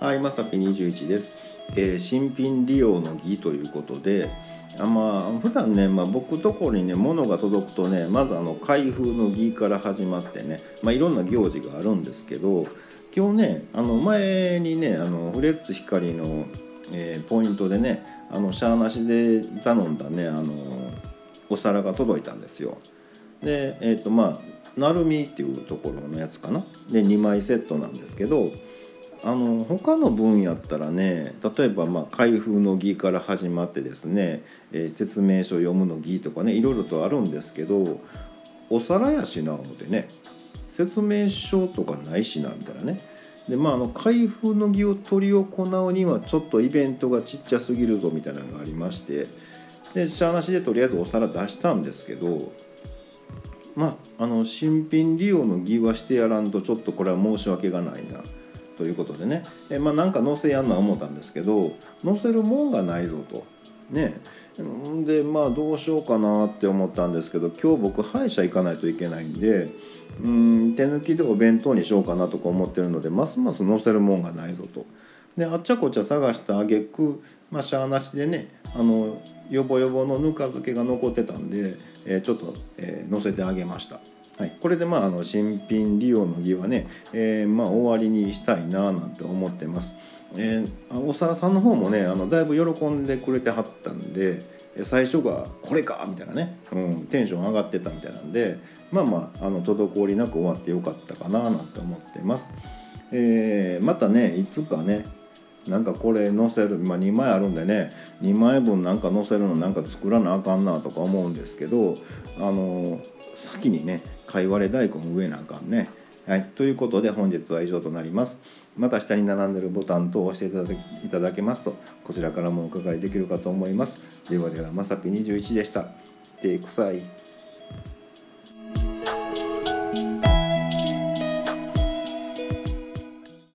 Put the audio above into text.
はい、まさぴ21です。新品利用の儀ということで、普段ね、僕ところにね物が届くとね、まず開封の儀から始まってね、いろんな行事があるんですけど、今日ね前にねフレッツ光の、ポイントでねシャーなしで頼んだねお皿が届いたんですよ。でなるみっていうところのやつかなで2枚セットなんですけど、他の分やったらね、例えば開封の儀から始まってですね、説明書読むの儀とかねいろいろとあるんですけど、お皿やしなのでね説明書とかないしなみたいなね。で開封の儀を執り行うにはちょっとイベントがちっちゃすぎるぞみたいなのがありまして、でしゃーなしでとりあえずお皿出したんですけど、新品利用の儀はしてやらんとちょっとこれは申し訳がないなということでね、なんか載せやんな思ったんですけど、載せるもんがないぞとね。でどうしようかなって思ったんですけど、今日僕歯医者行かないといけないんで、手抜きでお弁当にしようかなとか思ってるので、ますます載せるもんがないぞと。であっちゃこっちゃ探した挙句しゃーなしでねよぼよぼのぬか漬けが残ってたんで、ちょっと、載せてあげました。はい、これで新品利用の儀はね、終わりにしたいななんて思ってます。お皿さんの方もねだいぶ喜んでくれてはったんで、最初がこれかみたいなね、テンション上がってたみたいなんで、滞りなく終わってよかったかななんて思ってます。またねいつかねなんかこれ載せる、2枚あるんでね2枚分なんか載せるのなんか作らなあかんなとか思うんですけど、先にねかいわれ大根植えなあかんね。はい、ということで本日は以上となります。また下に並んでいるボタン等を押していただけますとこちらからもお伺いできるかと思います。ではではまさぴ21でした。てくさい。